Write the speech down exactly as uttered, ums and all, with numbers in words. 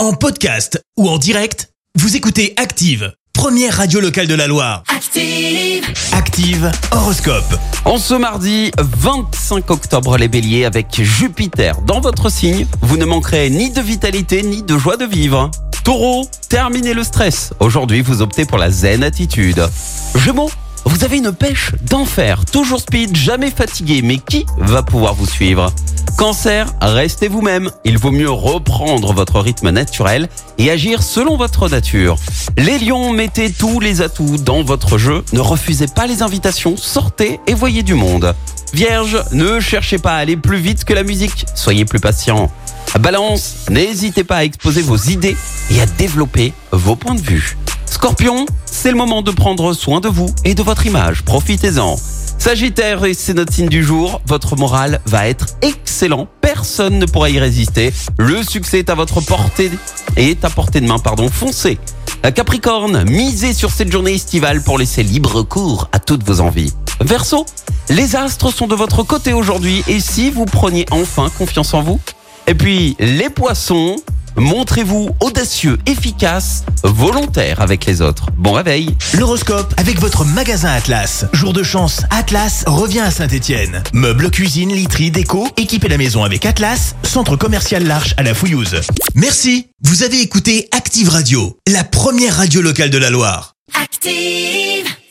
En podcast ou en direct, vous écoutez Active, première radio locale de la Loire. Active, Active horoscope. En ce mardi vingt-cinq octobre, les béliers, avec Jupiter dans votre signe, vous ne manquerez ni de vitalité ni de joie de vivre. Taureau, terminez le stress. Aujourd'hui, vous optez pour la zen attitude. Gémeaux, vous avez une pêche d'enfer, toujours speed, jamais fatigué, mais qui va pouvoir vous suivre ? Cancer, restez vous-même. Il vaut mieux reprendre votre rythme naturel et agir selon votre nature. Les lions, mettez tous les atouts dans votre jeu. Ne refusez pas les invitations, sortez et voyez du monde. Vierge, ne cherchez pas à aller plus vite que la musique. Soyez plus patient. Balance, n'hésitez pas à exposer vos idées et à développer vos points de vue. Scorpion, c'est le moment de prendre soin de vous et de votre image. Profitez-en. Sagittaire, et c'est notre signe du jour, votre moral va être excellent, personne ne pourra y résister. Le succès est à votre portée et est à portée de main, pardon, foncez. Capricorne, misez sur cette journée estivale pour laisser libre cours à toutes vos envies. Verseau, les astres sont de votre côté aujourd'hui et si vous preniez enfin confiance en vous. Et puis les poissons, montrez-vous audacieux, efficace, volontaire avec les autres. Bon réveil. L'horoscope avec votre magasin Atlas. Jour de chance, Atlas revient à Saint-Étienne. Meubles, cuisine, literie, déco, équipez la maison avec Atlas, centre commercial L'Arche à la Fouillouse. Merci, vous avez écouté Active Radio, la première radio locale de la Loire. Active!